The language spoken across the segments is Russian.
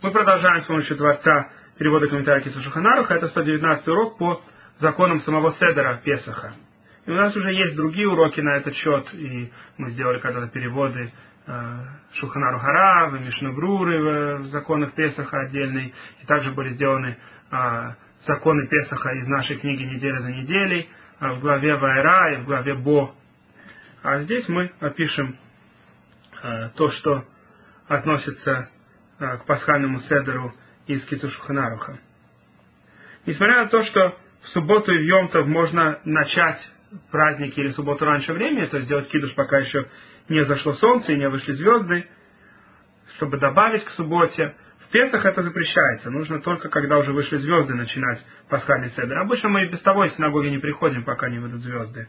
Мы продолжаем с помощью Творца перевода комментария Кидуш Шулхан Аруха. Это 119 урок по законам самого Седера Песаха. И у нас уже есть другие уроки на этот счет, и мы сделали когда-то переводы Шулхан Арух Харав, Мишна Бруры в законах Песаха отдельные, и также были сделаны законы Песаха из нашей книги «Неделя за неделей» в главе Ваэра и в главе Бо. А здесь мы опишем то, что относится к пасхальному седеру из Кидуш Шулхан Аруха. Несмотря на то, что в субботу и в Йом-Тов можно начать праздники или субботу раньше времени, то есть сделать кидуш, пока еще не зашло солнце и не вышли звезды, чтобы добавить к субботе. В Песах это запрещается. Нужно только, когда уже вышли звезды, начинать пасхальный седер. Обычно мы и без того из синагоги не приходим, пока не выйдут звезды.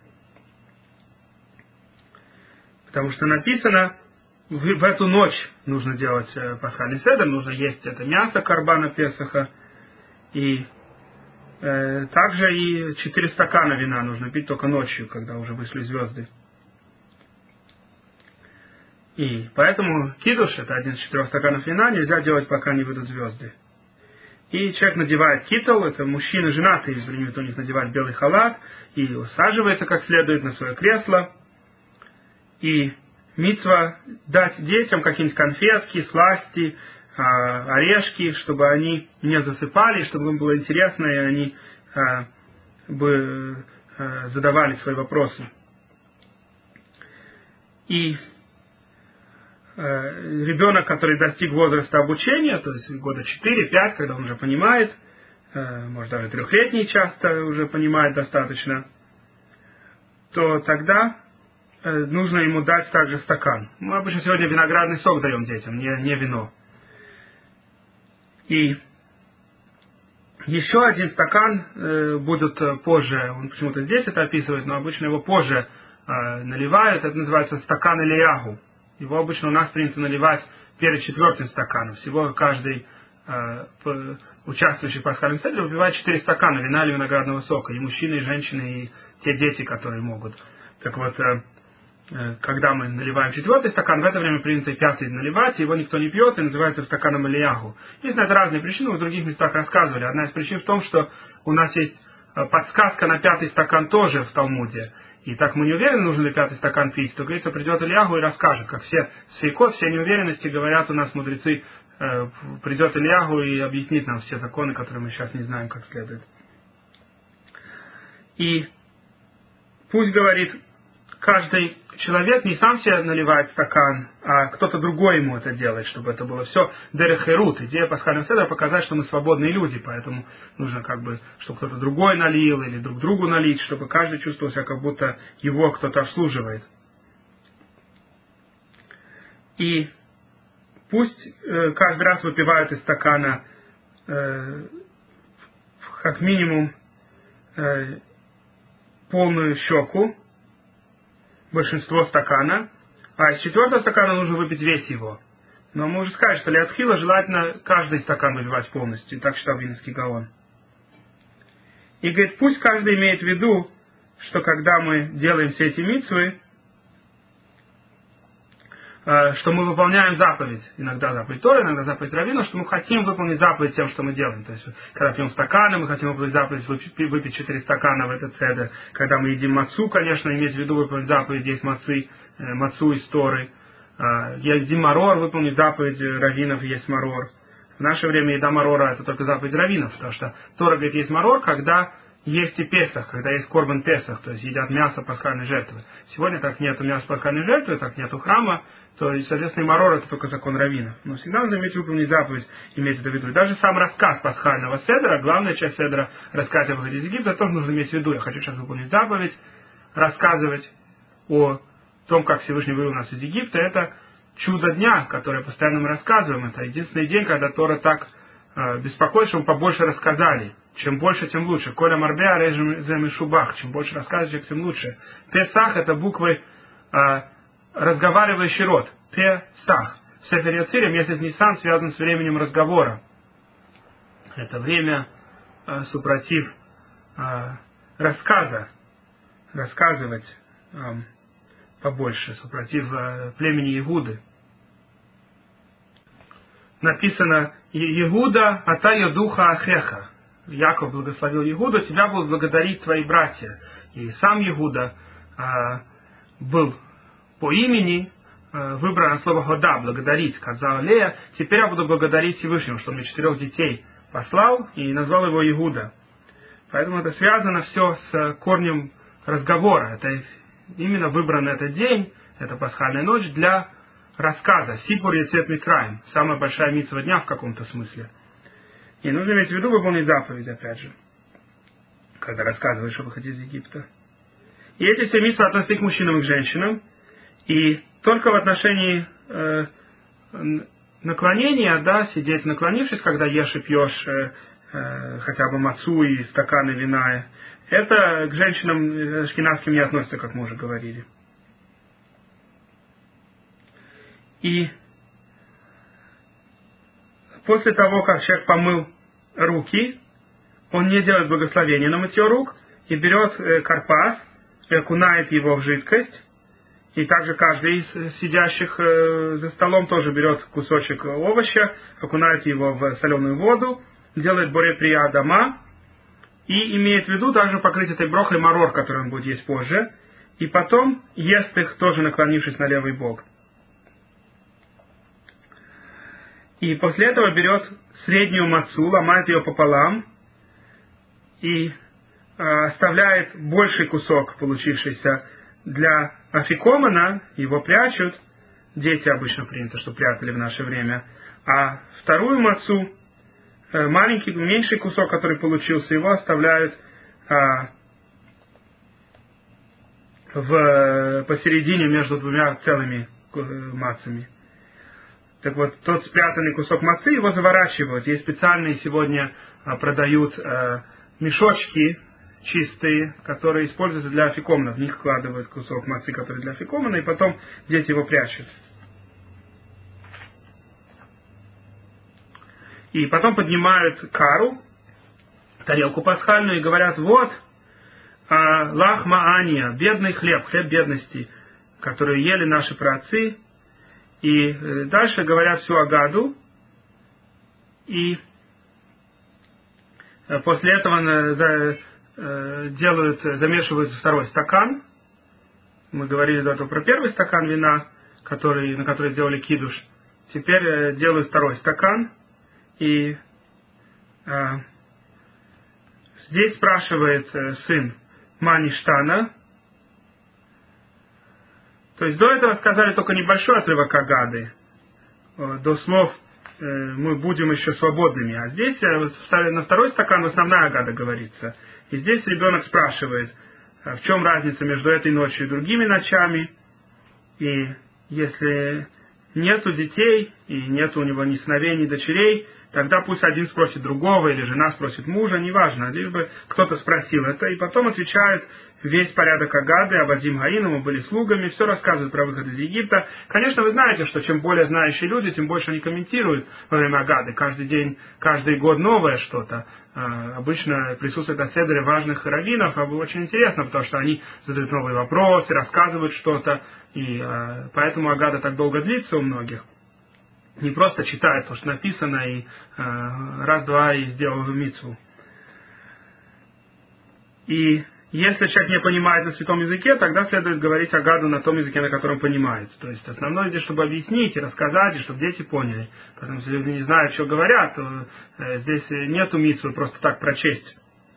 Потому что написано, в эту ночь нужно делать пасхальный седер, нужно есть это мясо карбана Песаха, и также и 4 стакана вина нужно пить только ночью, когда уже вышли звезды. И поэтому кидуш, это один из 4 стаканов вина, нельзя делать, пока не выйдут звезды. И человек надевает китл, это мужчины женатые, принято у них надевать белый халат, и усаживается как следует на свое кресло. И мицва дать детям какие-нибудь конфетки, сласти, орешки, чтобы они не засыпали, чтобы им было интересно, и они бы задавали свои вопросы. И ребенок, который достиг возраста обучения, то есть года 4-5, когда он уже понимает, может даже 3-летний часто уже понимает достаточно, то тогда нужно ему дать также стакан. Мы обычно сегодня виноградный сок даем детям, не вино. И еще один стакан будут позже, он почему-то здесь это описывает, но обычно его позже наливают, это называется стакан Элиягу. Его обычно у нас принято наливать перед 4-м стаканом. Всего каждый участвующий в пасхальном седере выпивает 4 стакана вина или виноградного сока, и мужчины, и женщины, и те дети, которые могут. Так вот, когда мы наливаем 4-й стакан, в это время принято и 5-й наливать, и его никто не пьет, и называется стаканом Элиягу. Есть на это разные причины, мы в других местах рассказывали. Одна из причин в том, что у нас есть подсказка на 5-й стакан тоже в Талмуде. И так мы не уверены, нужно ли 5-й стакан пить, то, говорится, придет Элиягу и расскажет, как все свекот, все неуверенности, говорят у нас мудрецы, придет Элиягу и объяснит нам все законы, которые мы сейчас не знаем как следует. И пусть, говорит, каждый человек не сам себе наливает стакан, а кто-то другой ему это делает, чтобы это было все дерех эрут. Идея пасхального седера показать, что мы свободные люди, поэтому нужно чтобы кто-то другой налил или друг другу налить, чтобы каждый чувствовал себя, как будто его кто-то обслуживает. И пусть каждый раз выпивают из стакана как минимум полную щеку, большинство стакана, а из 4-го стакана нужно выпить весь его. Но мы уже сказали, что леатхила желательно каждый стакан выпивать полностью, так считал Вильнюсский Гаон. И говорит, пусть каждый имеет в виду, что когда мы делаем все эти мицвы, что мы выполняем заповедь, иногда заповедь Торы, иногда заповедь Раввина, что мы хотим выполнить заповедь тем, что мы делаем. То есть, когда пьем стаканы, мы хотим выполнить заповедь выпить 4 стакана в этот седер. Когда мы едим мацу, конечно, иметь в виду выполнить заповедь есть мацу из Торы. Едим марор, выполнить заповедь раввинов есть марор. В наше время еда марора это только заповедь раввинов, потому что Тора говорит, есть марор, когда есть и Песах, когда есть корбан Песах, то есть едят мясо пасхальной жертвы. Сегодня так нету мяса пасхальной жертвы, так нету храма, то есть, соответственно, и марор это только закон раввинов. Но всегда надо иметь выполнить заповедь, иметь это в виду. И даже сам рассказ пасхального седера, главная часть седера, рассказ о выходе из Египта, тоже нужно иметь в виду. Я хочу сейчас выполнить заповедь, рассказывать о том, как Всевышний вывел нас из Египта. Это чудо дня, которое постоянно мы рассказываем. Это единственный день, когда Тора так беспокоит, чтобы побольше рассказали. Чем больше, тем лучше. Коля марбеа режем и шубах. Чем больше рассказываешь, тем лучше. Песах это буквы разговаривающий род. Песах. Сефер Йоцирим, если Нисан связан с временем разговора. Это время супротив рассказа. Рассказывать побольше, супротив племени Иуды. написано «Иуда, ата йодуха ахеха». Яков благословил Иуду, тебя будут благодарить твои братья. И сам Иуда был по имени выбрано слово «хода», благодарить, сказал Лея, теперь я буду благодарить Всевышнего, что мне 4 детей послал, и назвал его Иуда. Поэтому это связано все с корнем разговора. Это именно выбран этот день, это пасхальная ночь, для рассказа. Сипур Яцет Мицраим, самая большая мицва дня в каком-то смысле. И нужно иметь в виду выполнить заповедь, опять же, когда рассказываешь о выходе из Египта. И эти все мицвы относятся к мужчинам и к женщинам. И только в отношении наклонения, да, сидеть наклонившись, когда ешь и пьешь хотя бы мацу и стаканы вина, это к женщинам ашкеназским не относится, как мы уже говорили. И после того, как человек помыл руки, он не делает благословения на мытье рук и берет карпас и окунает его в жидкость. И также каждый из сидящих за столом тоже берет кусочек овоща, окунает его в соленую воду, делает боре прия дома и имеет в виду также покрыть этой брохой марор, который он будет есть позже, и потом ест их, тоже наклонившись на левый бок. И после этого берет среднюю мацу, ломает ее пополам и оставляет больший кусок, получившийся для афикомана, его прячут, дети обычно принято, что прятали в наше время, а вторую мацу, маленький, меньший кусок, который получился, его оставляют посередине между двумя целыми мацами. Так вот, тот спрятанный кусок мацы, его заворачивают. Есть специальные сегодня продают мешочки чистые, которые используются для афикомана. В них вкладывают кусок мацы, который для афикомана, и потом дети его прячут. И потом поднимают кару, тарелку пасхальную, и говорят: вот, лахма ания, бедный хлеб, хлеб бедности, который ели наши праотцы. И дальше говорят всю агаду, и после этого замешивают второй стакан. Мы говорили до этого про первый стакан вина, на который сделали кидуш. Теперь делают второй стакан. И здесь спрашивает сын Маништана. То есть до этого сказали только небольшой отрывок агады, до слов «мы будем еще свободными». А здесь на второй стакан основная агада говорится. И здесь ребенок спрашивает, в чем разница между этой ночью и другими ночами. И если нету детей, и нету у него ни сыновей, ни дочерей, тогда пусть один спросит другого, или жена спросит мужа, неважно, лишь бы кто-то спросил это. И потом отвечает весь порядок агады, Авадим Гаину, мы были слугами, все рассказывают про выход из Египта. Конечно, вы знаете, что чем более знающие люди, тем больше они комментируют во время агады. Каждый день, каждый год новое что-то. Обычно присутствует на седере важных раввинов, очень интересно, потому что они задают новые вопросы, рассказывают что-то, и поэтому агада так долго длится у многих. Не просто читают то, что написано, и раз-два и сделал мицву. И если человек не понимает на святом языке, тогда следует говорить агаду на том языке, на котором понимает. То есть основное здесь, чтобы объяснить и рассказать, и чтобы дети поняли. Потому что если люди не знают, что говорят, то здесь нету мицвы просто так прочесть.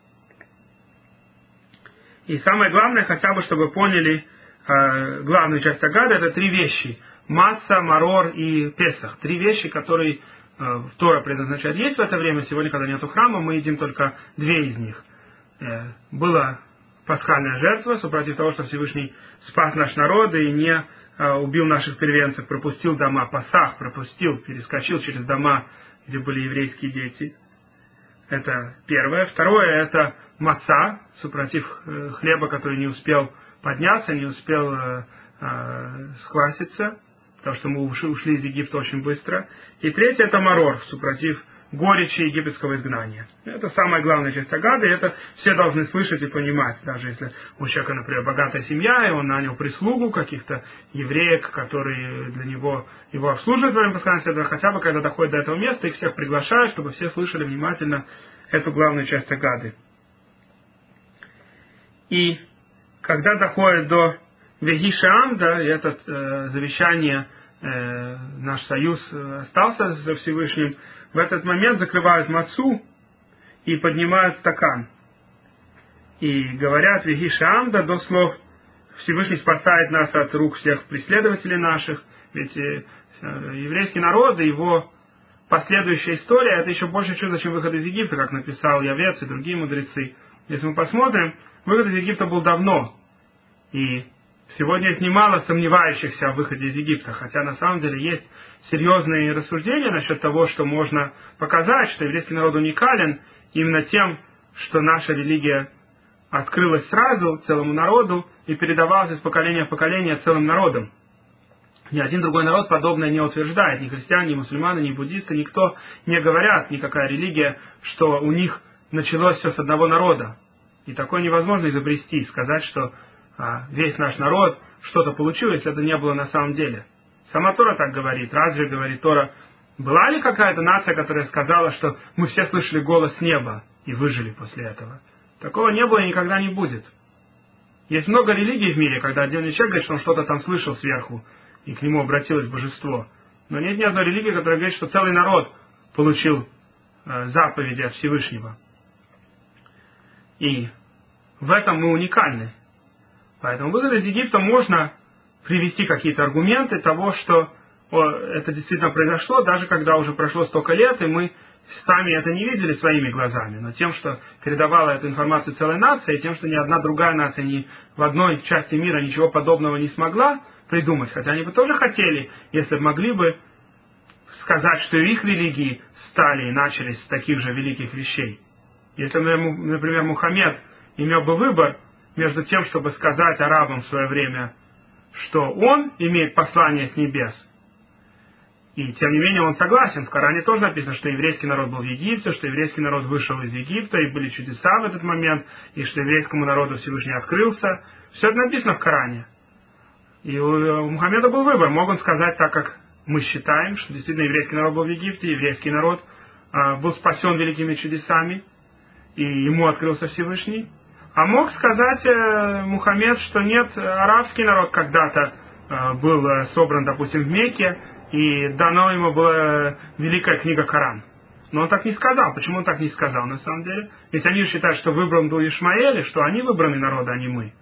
И самое главное, хотя бы, чтобы поняли главную часть агады, это 3 вещи. Масса, марор и песах. 3 вещи, которые Тора предназначает есть в это время. Сегодня, когда нету храма, мы едим только 2 из них. Была пасхальная жертва, супротив того, что Всевышний спас наш народ и не убил наших первенцев, пропустил дома, Пасах перескочил через дома, где были еврейские дети. Это первое. Второе, это маца, супротив хлеба, который не успел подняться, не успел скваситься, потому что мы ушли из Египта очень быстро. И третье, это марор, супротив горечи египетского изгнания. Это самая главная часть Агады, и это все должны слышать и понимать. Даже если у человека, например, богатая семья, и он нанял прислугу каких-то евреек, которые для него его обслуживают во время пасхального седера, хотя бы когда доходит до этого места, их всех приглашают, чтобы все слышали внимательно эту главную часть Агады. И когда доходит до Вегиши Амда, и это завещание, наш союз остался со Всевышним, в этот момент закрывают мацу и поднимают стакан. И говорят Вегиши Амда до слов «Всевышний спасает нас от рук всех преследователей наших». Ведь еврейский народ и его последующая история – это еще больше чудо, чем выход из Египта, как написал Явец и другие мудрецы. Если мы посмотрим, выход из Египта был давно. И сегодня есть немало сомневающихся в выходе из Египта, хотя на самом деле есть серьезные рассуждения насчет того, что можно показать, что еврейский народ уникален именно тем, что наша религия открылась сразу целому народу и передавалась из поколения в поколение целым народам. Ни один другой народ подобное не утверждает. Ни христиане, ни мусульмане, ни буддисты, никто не говорят, никакая религия, что у них началось все с одного народа. И такое невозможно изобрести, сказать, что весь наш народ что-то получил, если это не было на самом деле. Сама Тора так говорит. Разве, говорит Тора, была ли какая-то нация, которая сказала, что мы все слышали голос неба и выжили после этого? Такого не было и никогда не будет. Есть много религий в мире, когда отдельный человек говорит, что он что-то там слышал сверху, и к нему обратилось божество. Но нет ни одной религии, которая говорит, что целый народ получил заповеди от Всевышнего. И в этом мы уникальны. Поэтому выход из Египта можно привести какие-то аргументы того, что это действительно произошло, даже когда уже прошло столько лет, и мы сами это не видели своими глазами. Но тем, что передавала эту информацию целая нация, и тем, что ни одна другая нация ни в одной части мира ничего подобного не смогла придумать, хотя они бы тоже хотели, если бы могли бы сказать, что их религии стали и начались с таких же великих вещей. Если, например, Мухаммед имел бы выбор между тем, чтобы сказать арабам в свое время, что он имеет послание с небес, и тем не менее он согласен. В Коране тоже написано, что еврейский народ был в Египте, что еврейский народ вышел из Египта, и были чудеса в этот момент, и что еврейскому народу Всевышний открылся. Все это написано в Коране. И у Мухаммеда был выбор. Мог он сказать так, как мы считаем, что действительно еврейский народ был в Египте, еврейский народ был спасен великими чудесами, и ему открылся Всевышний. А мог сказать Мухаммед, что нет, арабский народ когда-то был собран, допустим, в Мекке, и дано ему была великая книга Коран. Но он так не сказал. Почему он так не сказал на самом деле? Ведь они считают, что выбран был Ишмаэль, и что они выбранный народ, а не мы.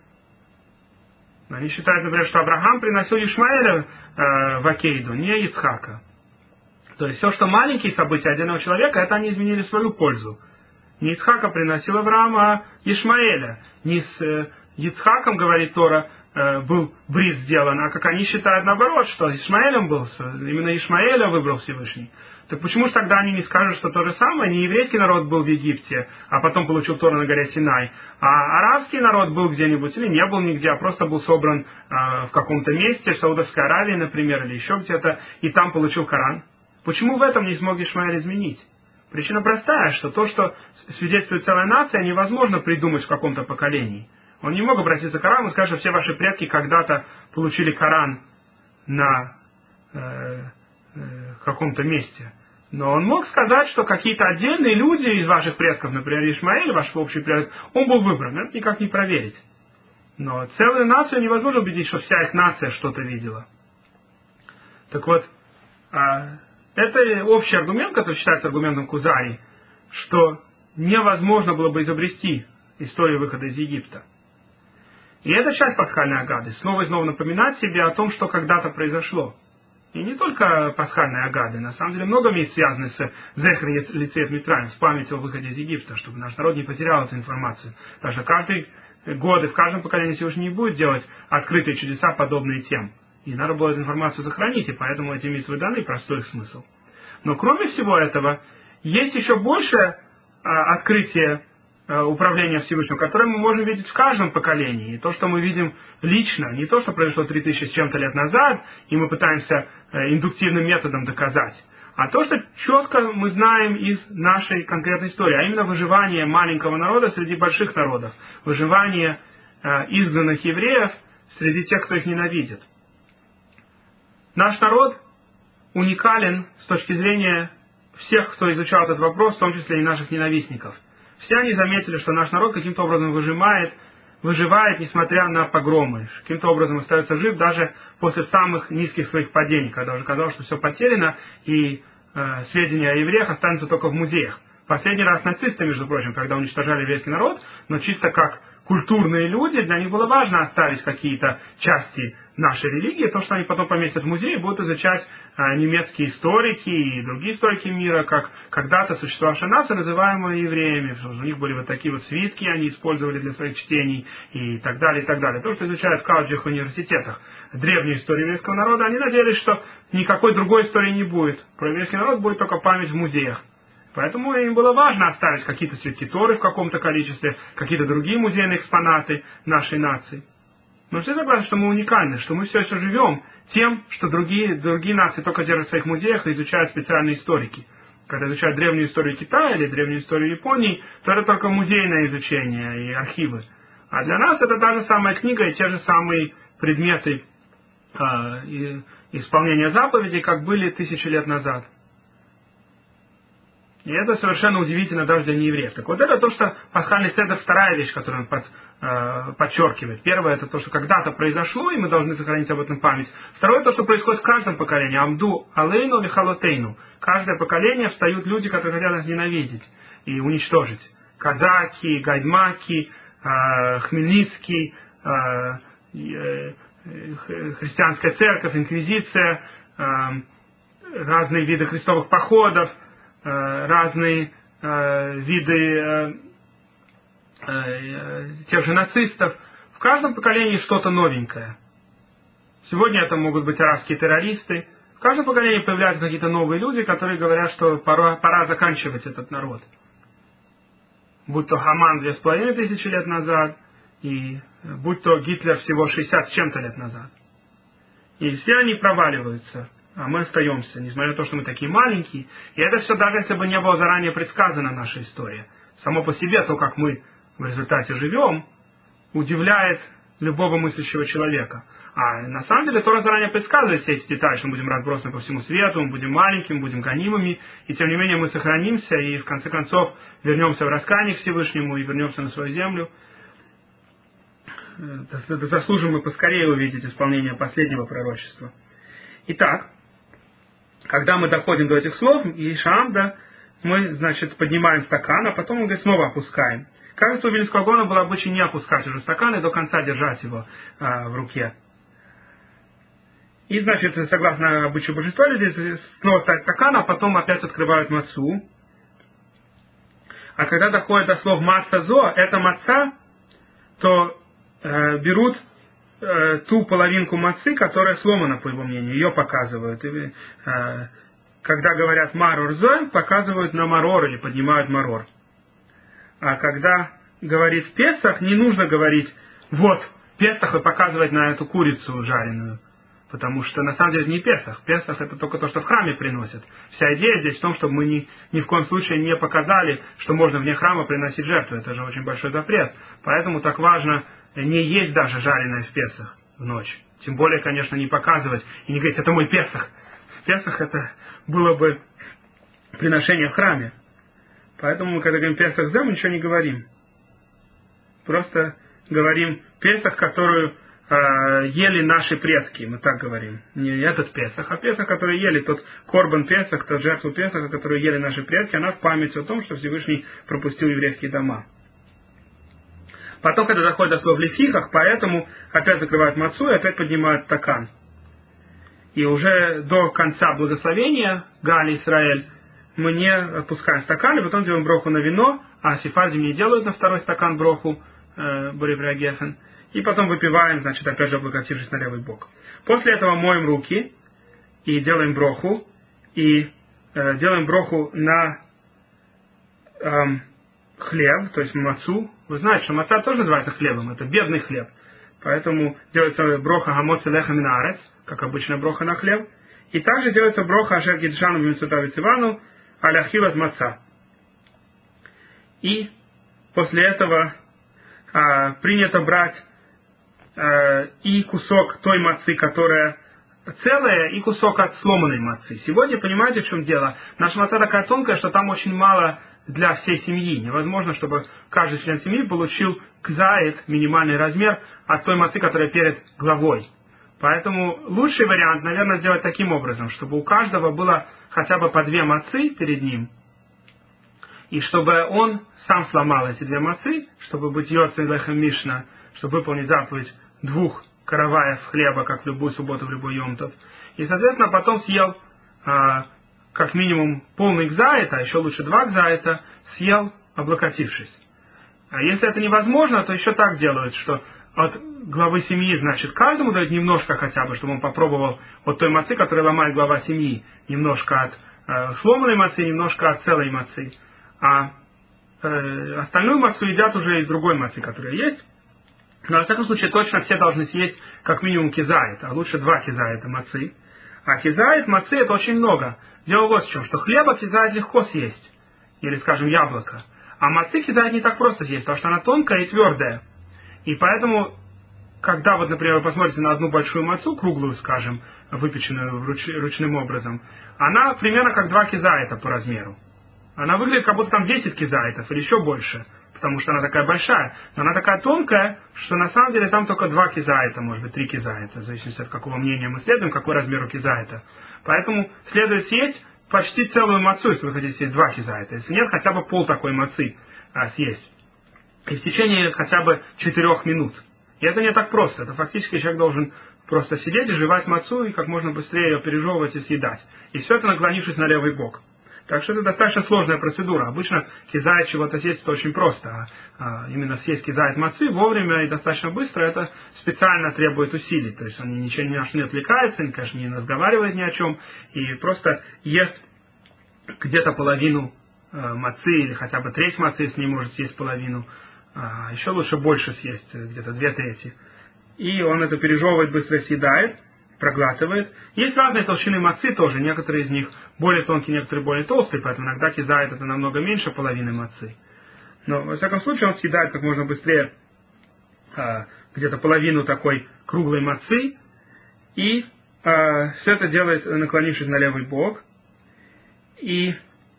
Они считают, например, что Авраам приносил Ишмаэля в Акейду, не Ицхака. То есть все, что маленькие события отдельного человека, это они изменили в свою пользу. Не Ицхака приносил Авраам, а Ишмаэля. Не с Ицхаком, говорит Тора, был бриз сделан, а как они считают наоборот, что Ишмаэлем был, именно Ишмаэля выбрал Всевышний. Так почему же тогда они не скажут, что то же самое? Не еврейский народ был в Египте, а потом получил Тору на горе Синай, а арабский народ был где-нибудь или не был нигде, а просто был собран в каком-то месте, в Саудовской Аравии, например, или еще где-то, и там получил Коран. Почему в этом не смог Ишмаэль изменить? Причина простая, что то, что свидетельствует целая нация, невозможно придумать в каком-то поколении. Он не мог обратиться к Корану и сказать, что все ваши предки когда-то получили Коран на каком-то месте. Но он мог сказать, что какие-то отдельные люди из ваших предков, например, Ишмаэль, ваш общий предок, он был выбран. Это никак не проверить. Но целую нацию невозможно убедить, что вся их нация что-то видела. Так вот, это общий аргумент, который считается аргументом Кузари, что невозможно было бы изобрести историю выхода из Египта. И это часть пасхальной Агады. Снова и снова напоминать себе о том, что когда-то произошло. И не только пасхальной Агады. На самом деле много мест связаны с Зехер Лицеет Митраим, с памятью о выходе из Египта, чтобы наш народ не потерял эту информацию. Потому что каждый год и в каждом поколении Всевышний не будет делать открытые чудеса, подобные тем. И надо было эту информацию сохранить, и поэтому эти митцвы даны, простой их смысл. Но кроме всего этого, есть еще большее открытие управления Всевышнего, которое мы можем видеть в каждом поколении. И то, что мы видим лично, не то, что произошло 3000 с чем-то лет назад, и мы пытаемся индуктивным методом доказать, а то, что четко мы знаем из нашей конкретной истории, а именно выживание маленького народа среди больших народов, выживание изгнанных евреев среди тех, кто их ненавидит. Наш народ уникален с точки зрения всех, кто изучал этот вопрос, в том числе и наших ненавистников. Все они заметили, что наш народ каким-то образом выживает, несмотря на погромы, каким-то образом остается жив даже после самых низких своих падений, когда уже казалось, что все потеряно, и сведения о евреях останутся только в музеях. Последний раз нацисты, между прочим, когда уничтожали еврейский народ, но чисто как культурные люди, для них было важно оставить какие-то части нашей религии, то, что они потом поместят в музей, будут изучать немецкие историки и другие историки мира, как когда-то существовавшая нация, называемая евреями. У них были вот такие вот свитки, они использовали для своих чтений и так далее, и так далее. То, что изучают в колледжах и университетах древнюю историю еврейского народа, они надеялись, что никакой другой истории не будет. Про еврейский народ будет только память в музеях. Поэтому им было важно оставить какие-то свитки Торы в каком-то количестве, какие-то другие музейные экспонаты нашей нации. Но все согласны, что мы уникальны, что мы все еще живем тем, что другие нации только держат в своих музеях и изучают специальные историки. Когда изучают древнюю историю Китая или древнюю историю Японии, то это только музейное изучение и архивы. А для нас это та же самая книга и те же самые предметы исполнения заповедей, как были 1000 лет назад. И это совершенно удивительно даже для неевреев. Так вот это то, что пасхальный седер, вторая вещь, которую он подчеркивает. Первое, это то, что когда-то произошло, и мы должны сохранить об этом память. Второе, то, что происходит в каждом поколении. Амду алейну вихалотейну. Каждое поколение встают люди, которые хотят нас ненавидеть и уничтожить. Казаки, гайдмаки, Хмельницкий, христианская церковь, инквизиция, разные виды крестовых походов, разные виды тех же нацистов. В каждом поколении что-то новенькое. Сегодня это могут быть арабские террористы. В каждом поколении появляются какие-то новые люди, которые говорят, что пора заканчивать этот народ. Будь то Хаман 2500 лет назад, и будь то Гитлер всего 60 с чем-то лет назад. И все они проваливаются. А мы остаемся, несмотря на то, что мы такие маленькие. И это все, даже если бы не было заранее предсказано наша история. Само по себе то, как мы в результате живем, удивляет любого мыслящего человека. А на самом деле Тора заранее предсказывает все эти детали, что мы будем разбросаны по всему свету, мы будем маленькими, будем гонимыми, и тем не менее мы сохранимся, и в конце концов вернемся в раскаяние к Всевышнему и вернемся на свою землю. Заслужим мы поскорее увидеть исполнение последнего пророчества. Итак, когда мы доходим до этих слов, Ишаамда, мы, значит, поднимаем стакан, а потом, он говорит, снова опускаем. Кажется, у Вильнюсского Гаона был обычай не опускать уже стакан и до конца держать его в руке. И, значит, согласно обычаю большинства людей, снова ставят стакан, а потом опять открывают мацу. А когда доходит до слов «маца-зо», это маца, то берут ту половинку мацы, которая сломана, по его мнению, ее показывают. И, когда говорят «марор-зой», показывают на марор или поднимают марор. А когда говорит Песах, не нужно говорить «вот, Песах» и показывать на эту курицу жареную. Потому что на самом деле это не Песах. Песах это только то, что в храме приносят. Вся идея здесь в том, чтобы мы ни в коем случае не показали, что можно вне храма приносить жертву. Это же очень большой запрет. Поэтому так важно не есть даже жареное в Песах в ночь. Тем более, конечно, не показывать и не говорить, это мой Песах. Песах это было бы приношение в храме. Поэтому мы, когда говорим Песах Зе, мы ничего не говорим. Просто говорим Песах, которую ели наши предки, мы так говорим. Не этот Песах, а Песах, который ели, тот Корбан Песах, тот жертву Песаха, которую ели наши предки, она в память о том, что Всевышний пропустил еврейские дома. Потом, когда доходит до слов лефихах, поэтому опять закрывают мацу и опять поднимают стакан. И уже до конца благословения Гали Исраэль мы не отпускаем стакан, и потом делаем броху на вино, а сефардим не делают на второй стакан броху Бореврагефен. И потом выпиваем, значит, опять же облокотившись на левый бок. После этого моем руки и делаем броху. И делаем броху на хлеб, то есть мацу. Вы знаете, что маца тоже называется хлебом, это бедный хлеб. Поэтому делается броха гамоци леха минарец, как обычная броха на хлеб. И также делается броха ашер кидшану б'митцвотав Ивану аля хилат маца. И после этого принято брать и кусок той мацы, которая целая, и кусок от сломанной мацы. Сегодня, понимаете, в чем дело? Наша маца такая тонкая, что там очень мало для всей семьи. Невозможно, чтобы каждый член семьи получил кзаит, минимальный размер, от той мацы, которая перед главой. Поэтому лучший вариант, наверное, сделать таким образом, чтобы у каждого было хотя бы по 2 мацы перед ним, и чтобы он сам сломал эти 2 мацы, чтобы быть йоцей лехем мишна, чтобы выполнить заповедь 2 караваев хлеба, как в любую субботу, в любой йом-тов. И, соответственно, потом съел как минимум полный гзаит, а еще лучше 2 гзаита, съел, облокотившись. А если это невозможно, то еще так делают, что от главы семьи, значит, каждому дают немножко хотя бы, чтобы он попробовал от той мацы, которую ломает глава семьи, немножко от сломанной мацы, немножко от целой мацы. А остальную мацу едят уже из другой мацы, которая есть. Но, во всяком случае, точно все должны съесть как минимум кизаит, а лучше 2 кизаита мацы. А кизаит мацы это очень много. Дело вот в чем, что хлеба кизаит легко съесть, или, скажем, яблоко. А мацы кизаит не так просто съесть, потому что она тонкая и твердая. И поэтому, когда, вот, например, вы посмотрите на одну большую мацу, круглую, скажем, выпеченную ручным образом, она примерно как 2 кизаита по размеру. Она выглядит, как будто там 10 кизаитов или еще больше, потому что она такая большая. Но она такая тонкая, что на самом деле там только 2 кизаита, может быть 3 кизаита, в зависимости от какого мнения мы следуем, какой размер у кизаита. Поэтому следует съесть почти целую мацу, если вы хотите съесть 2 кизаита. Если нет, хотя бы пол такой мацы съесть. И в течение хотя бы 4 минут. И это не так просто. Это фактически человек должен просто сидеть и жевать мацу и как можно быстрее ее пережевывать и съедать. И все это наклонившись на левый бок. Так что это достаточно сложная процедура. Обычно кизаит чего-то съесть это очень просто. А именно съесть кизаит мацы вовремя и достаточно быстро, это специально требует усилий. То есть он ничего ни на что не отвлекается, конечно, не разговаривает ни о чем. И просто ест где-то половину мацы или хотя бы треть мацы, если не может съесть половину. Еще лучше больше съесть, где-то 2/3. И он это пережевывает, быстро съедает, проглатывает. Есть разные толщины мацы тоже, некоторые из них более тонкие, некоторые более толстые, поэтому иногда кизаит это намного меньше половины мацы. Но, во всяком случае, он съедает как можно быстрее где-то половину такой круглой мацы, и все это делает, наклонившись на левый бок. И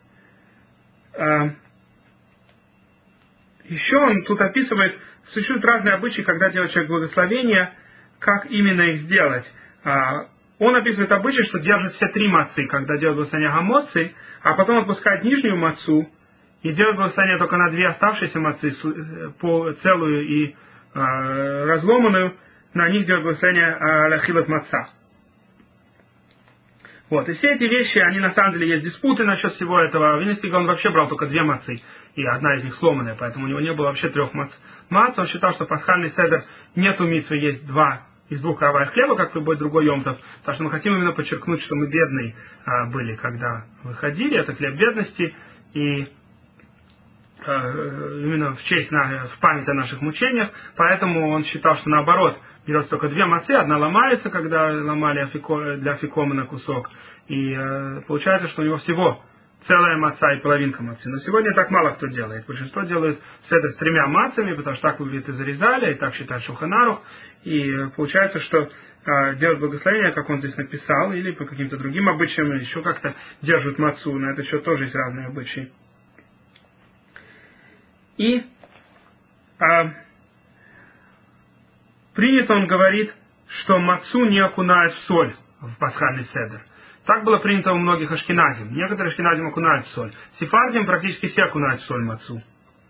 еще он тут описывает, существуют разные обычаи, когда делает человек благословение, как именно их сделать. Он описывает обычай, что держит все 3 мацы, когда делает благословение гамоци, а потом отпускает нижнюю мацу и делает благословение только на 2 оставшиеся мацы, целую и разломанную, на них делает благословение ляхилат маца. Вот. И все эти вещи, они на самом деле есть диспуты насчет всего этого. Вильнюсский Гаон вообще брал только 2 мацы, и одна из них сломанная, поэтому у него не было вообще 3 мац. Он считал, что пасхальный седер нету мицвы есть 2 из 2 караваев хлеба, как любой другой йом-тов. Потому что мы хотим именно подчеркнуть, что мы бедные были, когда выходили. Это хлеб бедности, и именно в честь, в память о наших мучениях. Поэтому он считал, что наоборот, берется только 2 мацы, одна ломается, когда ломали для афикома на кусок. И получается, что у него всего целая маца и половинка мацы. Но сегодня так мало кто делает. Большинство делают седер с 3 мацами, потому что так выглядит и зарезали, и так считает Шулхан Арух. И получается, что делают благословение, как он здесь написал, или по каким-то другим обычаям, еще как-то держат мацу. На это счет тоже есть разные обычаи. И принято, он говорит, что мацу не окунают в соль в пасхальный седер. Так было принято у многих ашкеназим. Некоторые ашкеназим окунают в соль. Сефардим практически все окунают в соль мацу.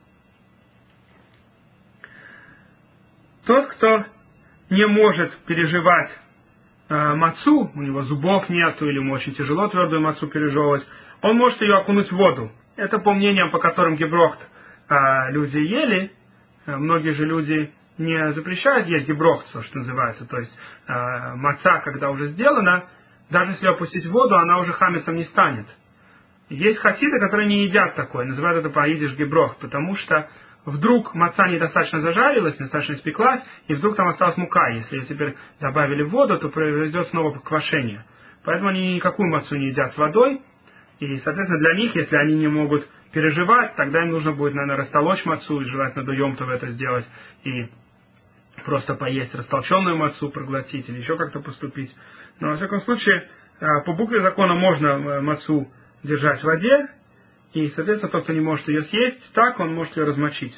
Тот, кто не может переживать мацу, у него зубов нету, или ему очень тяжело твердую мацу пережевывать, он может ее окунуть в воду. Это по мнениям, по которым геброхт люди ели. Многие же люди не запрещают есть геброхт, что называется. То есть маца, когда уже сделана, даже если ее опустить в воду, она уже хамецом не станет. Есть хасиды, которые не едят такое, называют это по-идиш геброхт, потому что вдруг маца недостаточно зажарилась, недостаточно испеклась, и вдруг там осталась мука. Если ее теперь добавили в воду, то произойдет снова квашение. Поэтому они никакую мацу не едят с водой. И, соответственно, для них, если они не могут переживать, тогда им нужно будет, наверное, растолочь мацу, и желательно до Йом-Това это сделать, и просто поесть растолченную мацу, проглотить или еще как-то поступить. Но, во всяком случае, по букве закона можно мацу держать в воде, и, соответственно, тот, кто не может ее съесть, так он может ее размочить.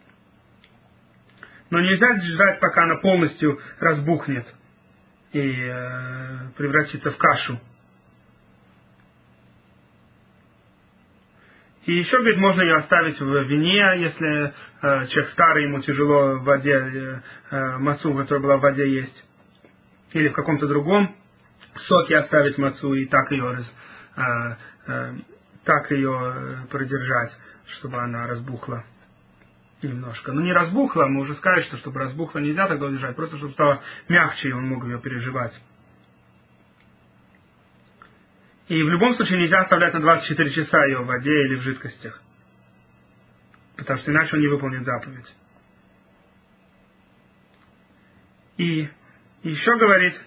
Но нельзя ждать, пока она полностью разбухнет и превратится в кашу. И еще, говорит, можно ее оставить в вине, если человек старый, ему тяжело в воде, мацу, которая была в воде, есть. Или в каком-то другом соке оставить мацу и так ее продержать, чтобы она разбухла немножко. Ну, не разбухла, мы уже сказали, что чтобы разбухла нельзя тогда удержать, просто чтобы стало мягче, и он мог ее переживать. И в любом случае нельзя оставлять на 24 часа ее в воде или в жидкостях, потому что иначе он не выполнит заповедь. И еще говорит,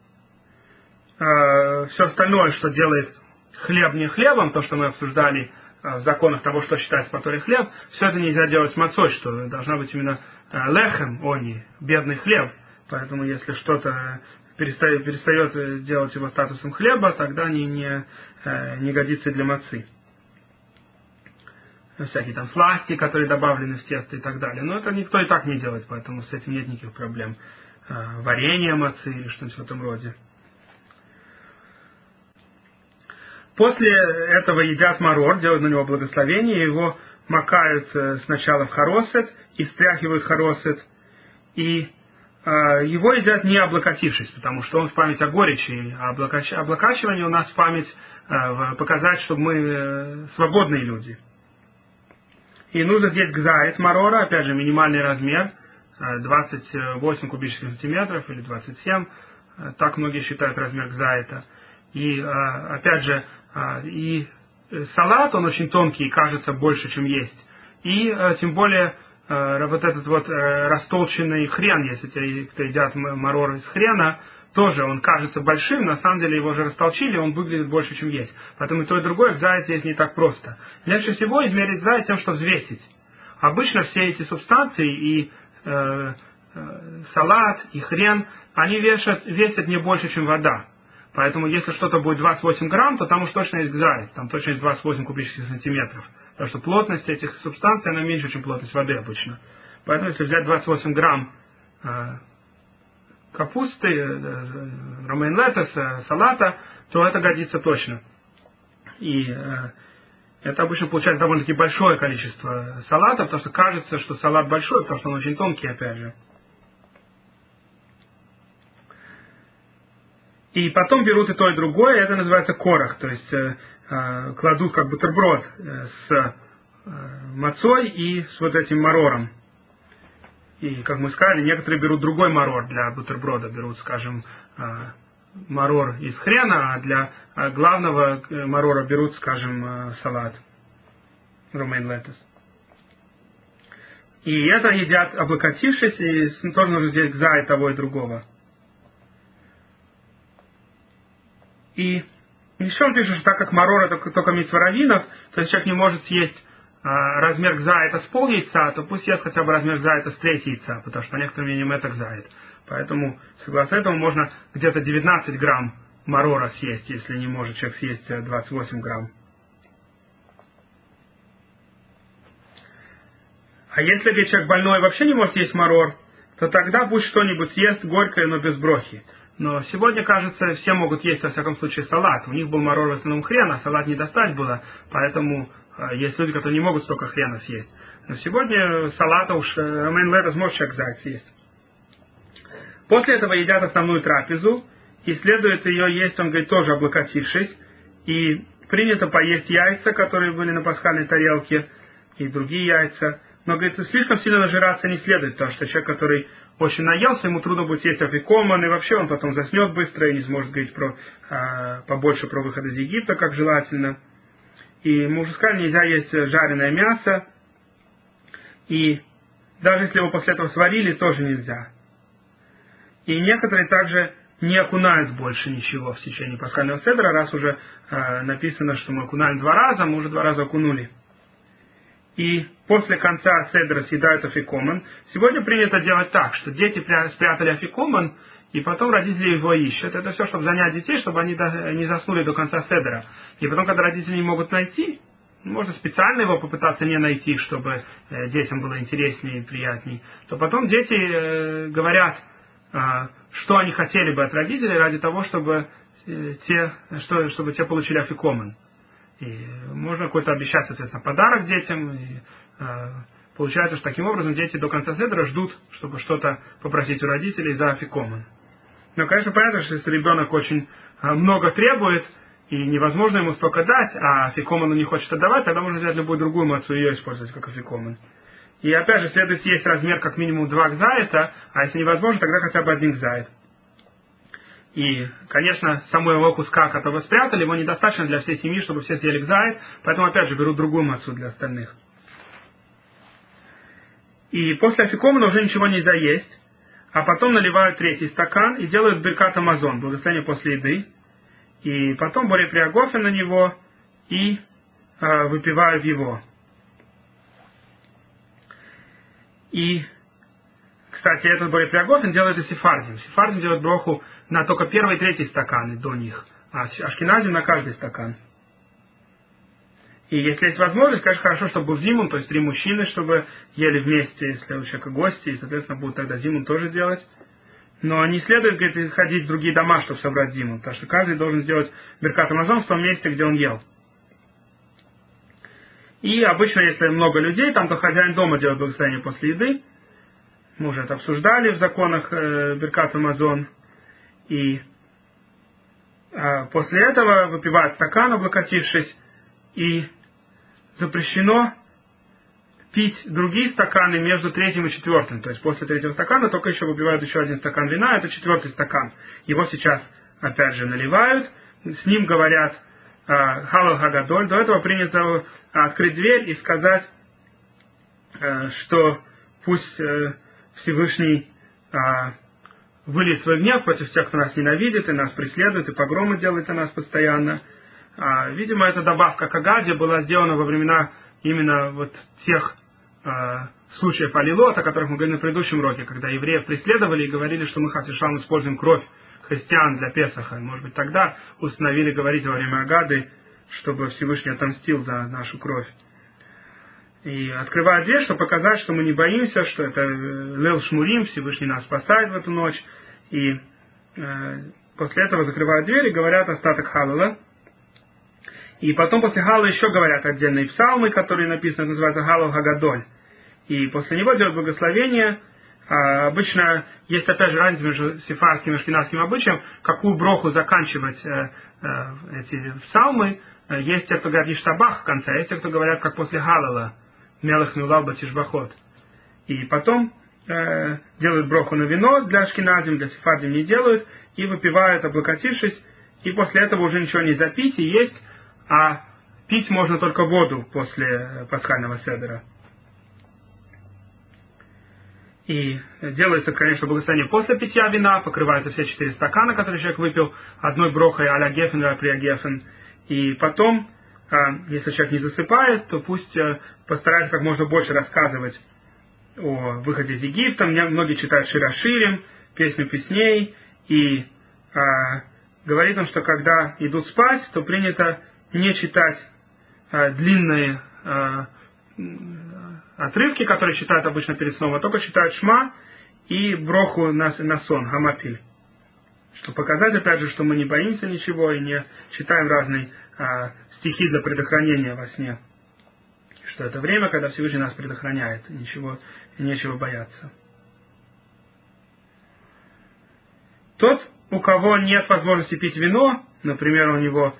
все остальное, что делает хлеб не хлебом, то, что мы обсуждали в законах того, что считается по Торе хлеб, все это нельзя делать с мацой, что должна быть именно лехем, они, бедный хлеб. Поэтому если что-то перестает делать его статусом хлеба, тогда не годится для мацы. Всякие там сласти, которые добавлены в тесто и так далее. Но это никто и так не делает, поэтому с этим нет никаких проблем. Варенье мацы или что-нибудь в этом роде. После этого едят марор, делают на него благословение, его макают сначала в харосет и стряхивают харосет, и его едят не облокотившись, потому что он в память о горечи, а облокачивание у нас в память показать, чтобы мы свободные люди. И нужно здесь гзаит марора, опять же минимальный размер, 28 кубических сантиметров или 27, так многие считают размер гзаита. И опять же, и салат, он очень тонкий и кажется больше, чем есть. И тем более вот этот вот растолченный хрен, если кто едят марор из хрена, тоже он кажется большим, на самом деле его же растолчили, он выглядит больше, чем есть. Поэтому и то, и другое гзаит здесь не так просто. Легче всего измерить гзаит тем, что взвесить. Обычно все эти субстанции, и салат, и хрен, они весят не больше, чем вода. Поэтому если что-то будет 28 грамм, то там уж точно есть гзаит, там точно есть 28 кубических сантиметров. Потому что плотность этих субстанций, она меньше, чем плотность воды обычно. Поэтому если взять 28 грамм капусты, ромейн летес, салата, то это годится точно. И это обычно получается довольно-таки большое количество салата, потому что кажется, что салат большой, потому что он очень тонкий, опять же. И потом берут и то, и другое, это называется корах, то есть кладут как бутерброд с мацой и с вот этим марором. И, как мы сказали, некоторые берут другой марор для бутерброда, берут, скажем, марор из хрена, а для главного марора берут, скажем, салат, ромейн летес. И это едят облокотившись, и тоже нужно взять гзаит того и другого. И еще он пишет, что так как марор это только мицва раввинов, то есть человек не может съесть размер гзаита с пол яйца, то пусть ест хотя бы размер гзаита с треть яйца, потому что по некоторым мнениям это гзаит. Поэтому, согласно этому, можно где-то 19 грамм марора съесть, если не может человек съесть 28 грамм. А если говорит, человек больной вообще не может есть марор, то тогда пусть что-нибудь съест горькое, но без брохи. Но сегодня, кажется, все могут есть, во всяком случае, салат. У них был марор в основном хрен, а салат не достать было, поэтому есть люди, которые не могут столько хрена съесть. Но сегодня салата уж ромейн летес может человек съесть. После этого едят основную трапезу, и следует ее есть, он говорит, тоже облокотившись. И принято поесть яйца, которые были на пасхальной тарелке, и другие яйца. Но, говорит, слишком сильно нажираться не следует, потому что человек, который очень наелся, ему трудно будет есть афикоман, и вообще он потом заснет быстро и не сможет говорить побольше про выход из Египта, как желательно. И мы уже сказали, нельзя есть жареное мясо, и даже если его после этого сварили, тоже нельзя. И некоторые также не окунают больше ничего в течение пасхального седра, раз уже написано, что мы окунаем 2 раза, мы уже 2 раза окунули. И после конца седра съедают афикоман. Сегодня принято делать так, что дети спрятали афикоман, и потом родители его ищут. Это все, чтобы занять детей, чтобы они не заснули до конца седра. И потом, когда родители не могут найти, можно специально его попытаться не найти, чтобы детям было интереснее и приятнее, то потом дети говорят, что они хотели бы от родителей ради того, чтобы те получили афикоман. И можно какой-то обещать, соответственно, подарок детям. И, получается, что таким образом дети до конца седра ждут, чтобы что-то попросить у родителей за афикоман. Но, конечно, понятно, что если ребенок очень много требует, и невозможно ему столько дать, а афикоман он не хочет отдавать, тогда можно взять любую другую мацу и ее использовать как афикоман. И опять же, следует есть размер как минимум 2 кзаита, а если невозможно, тогда хотя бы 1 кзаит. И, конечно, самого куска, которого спрятали, его недостаточно для всей семьи, чтобы все съели кзаит, поэтому опять же берут другую мацу для остальных. И после афикомана уже ничего нельзя есть, а потом наливают 3-й стакан и делают биркат амазон, благословение после еды, и потом более приагофен на него и выпивают его. И, кстати, этот более приагофен делает и сефардим. Сефардим делает броху на только 1-й и 3-й стаканы до них, а ашкеназим на каждый стакан. И если есть возможность, конечно, хорошо, чтобы был зимун, то есть 3 мужчины, чтобы ели вместе, если у человека гости, и, соответственно, будут тогда зимун тоже делать. Но не следует, говорит, ходить в другие дома, чтобы собрать зимун, потому что каждый должен сделать биркат амазон в том месте, где он ел. И обычно, если много людей, там, то хозяин дома делает благословение после еды. Мы уже это обсуждали в законах биркат амазон. И после этого выпивают стакан, облокотившись, и запрещено пить другие стаканы между 3-м и 4-м. То есть после 3-го стакана только еще выпивают еще 1 стакан вина, это 4-й стакан. Его сейчас опять же наливают, с ним говорят халал хагадоль. До этого принято открыть дверь и сказать, что пусть Всевышний выльет свой гнев против тех, кто нас ненавидит и нас преследует, и погромы делает на нас постоянно. Видимо, эта добавка к Агаде была сделана во времена именно вот тех случаев алилот, о которых мы говорили на предыдущем уроке, когда евреев преследовали и говорили, что мы хасишам используем кровь христиан для Песаха. Может быть, тогда установили говорить во время Агады, чтобы Всевышний отомстил за нашу кровь. И открывают дверь, чтобы показать, что мы не боимся, что это Лел Шмурим, Всевышний нас спасает в эту ночь. И после этого закрывают дверь и говорят остаток халала. И потом после халала еще говорят отдельные псалмы, которые написаны, называются халал хагадоль. И после него делают благословение. Обычно есть опять же разница между сефардским и ашкеназским обычаем, какую броху заканчивать эти псалмы. Есть те, кто говорят Иштабах в конце, а есть те, кто говорят, как после халала, Мелах Милал Батишбахот. И потом делают броху на вино для ашкеназим, для сефардим не делают, и выпивают, облокотившись, и после этого уже ничего нельзя пить и есть, а пить можно только воду после пасхального седера. И делается, конечно, благословение после питья вина, покрываются все 4 стакана, которые человек выпил, одной брохой а-ля гефен или приагефен. И потом, если человек не засыпает, то пусть постарается как можно больше рассказывать о выходе из Египта. Многие читают Шир-Аширим, песню песней, и говорит он, что когда идут спать, то принято не читать длинные отрывки, которые читают обычно перед сном, а только читают Шма и броху на сон, Гамапиль. Чтобы показать, опять же, что мы не боимся ничего и не читаем разные стихи для предохранения во сне. Что это время, когда Всевышний нас предохраняет, и нечего бояться. Тот, у кого нет возможности пить вино, например, у него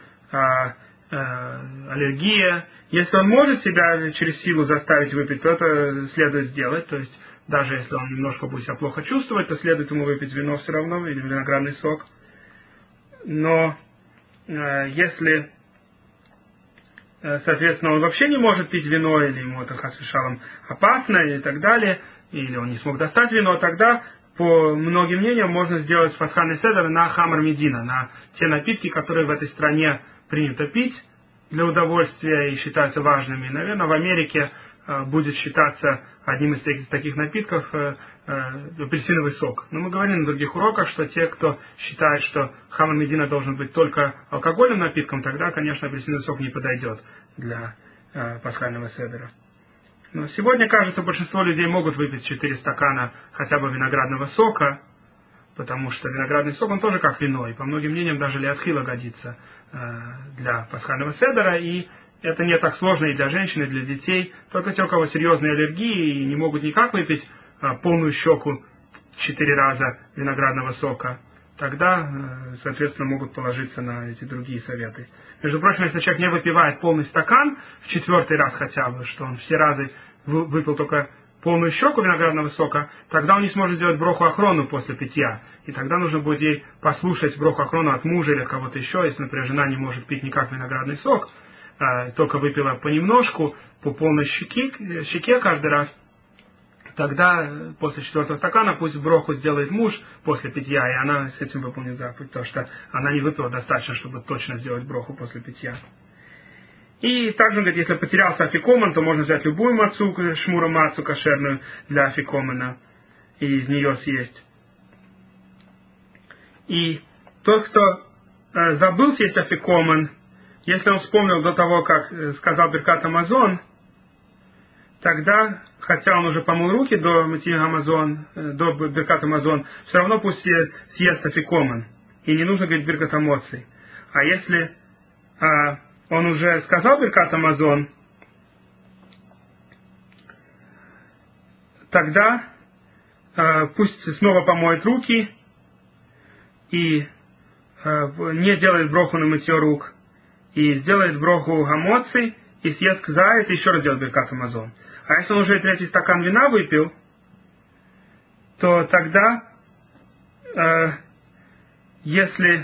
аллергия, если он может себя через силу заставить выпить, то это следует сделать. То есть, даже если он немножко будет себя плохо чувствовать, то следует ему выпить вино все равно, или виноградный сок. Но если, соответственно, он вообще не может пить вино, или ему это хас вешалом опасно, и так далее, или он не смог достать вино, тогда по многим мнениям, можно сделать пасхальный седер на хамар медина, на те напитки, которые в этой стране принято пить для удовольствия и считаются важными. И, наверное, в Америке будет считаться одним из таких напитков апельсиновый сок. Но мы говорили на других уроках, что те, кто считает, что хамар медина должен быть только алкогольным напитком, тогда, конечно, апельсиновый сок не подойдет для пасхального седера. Но сегодня, кажется, большинство людей могут выпить 4 стакана хотя бы виноградного сока, потому что виноградный сок, он тоже как вино, и по многим мнениям даже леатхила годится для пасхального седера, и это не так сложно и для женщин, и для детей. Только те, у кого серьезные аллергии и не могут никак выпить полную щеку 4 раза виноградного сока, тогда, соответственно, могут положиться на эти другие советы. Между прочим, если человек не выпивает полный стакан в 4-й раз хотя бы, что он все разы выпил только полную щеку виноградного сока, тогда он не сможет сделать броху охрону после питья. И тогда нужно будет ей послушать броху охрону от мужа или от кого-то еще, если, например, жена не может пить никак виноградный сок, только выпила понемножку, по полной щеке каждый раз, тогда после 4-го стакана пусть броху сделает муж после питья, и она с этим выполнит заповедь, потому что она не выпила достаточно, чтобы точно сделать броху после питья. И также, говорит, если потерялся афикоман, то можно взять любую мацу, шмура мацу кошерную для афикомана, и из нее съесть. И тот, кто забыл съесть афикоман, если он вспомнил до того, как сказал Беркат Амазон, тогда, хотя он уже помыл руки до Матия Амазон, до Беркат Амазон, все равно пусть съест афикоман. И не нужно говорить Беркат Амоций. А если он уже сказал Беркат Амазон, тогда пусть снова помоет руки и не делает броху на мытье рук, и сделает броху Амоций, и съест кзаит, и еще раз делает Беркат Амазон. А если он уже 3-й стакан вина выпил, то тогда, если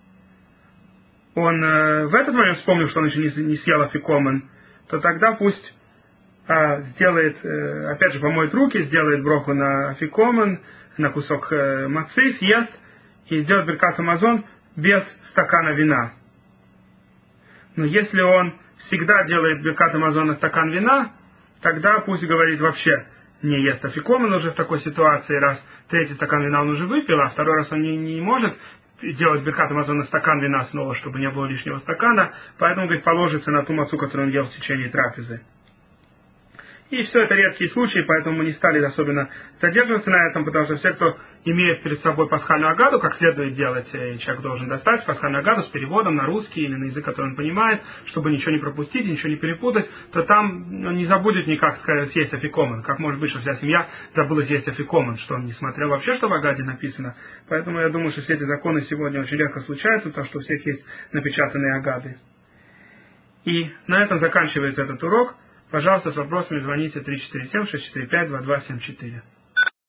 он в этот момент вспомнил, что он еще не съел афикоман, то тогда пусть сделает, опять же, помоет руки, сделает броху на афикоман, на кусок мацы, съест и сделает Беркат Амазон без стакана вина. Но если он всегда делает Беркат Амазон на стакан вина, тогда пусть говорит вообще не ест афикоман уже в такой ситуации, раз 3-й стакан вина он уже выпил, а 2-й раз он не может делать Беркат Амазон на стакан вина снова, чтобы не было лишнего стакана, поэтому, говорит, положится на ту мацу, которую он ел в течение трапезы. И все это редкие случаи, поэтому мы не стали особенно задерживаться на этом, потому что все, кто имеет перед собой пасхальную агаду, как следует делать, человек должен достать пасхальную агаду с переводом на русский или на язык, который он понимает, чтобы ничего не пропустить, ничего не перепутать, то там он не забудет никак съесть афикоман. Как может быть, что вся семья забыла съесть афикоман, что он не смотрел вообще, что в агаде написано. Поэтому я думаю, что все эти законы сегодня очень редко случаются, потому что у всех есть напечатанные агады. И на этом заканчивается этот урок. Пожалуйста, с вопросами звоните 347-645-2274.